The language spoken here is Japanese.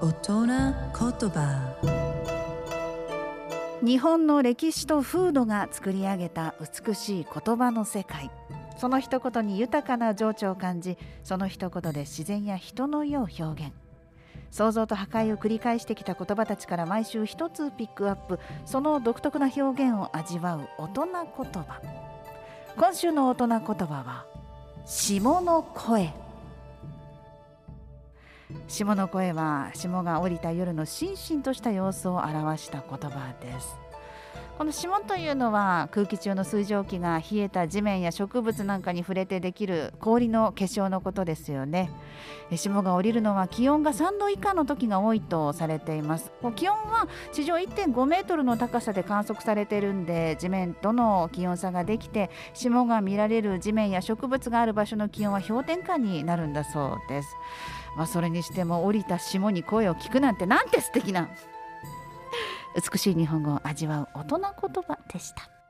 大人言葉。 日本の歴史と風土が作り上げた美しい言葉の世界。その一言に豊かな情緒を感じ、その一言で自然や人の世を表現。創造と破壊を繰り返してきた言葉たちから毎週一つピックアップ、その独特な表現を味わう大人言葉。今週の大人言葉は霜の声。霜の声は霜が降りた夜のしんしんとした様子を表した言葉です。この霜というのは空気中の水蒸気が冷えた地面や植物なんかに触れてできる氷の結晶のことですよね。霜が降りるのは気温が3度以下の時が多いとされています。気温は地上 1.5 メートルの高さで観測されているんで、地面との気温差ができて霜が見られる地面や植物がある場所の気温は氷点下になるんだそうです。それにしても降りた霜に声を聞くなんて素敵な美しい日本語を味わう大人言葉でした。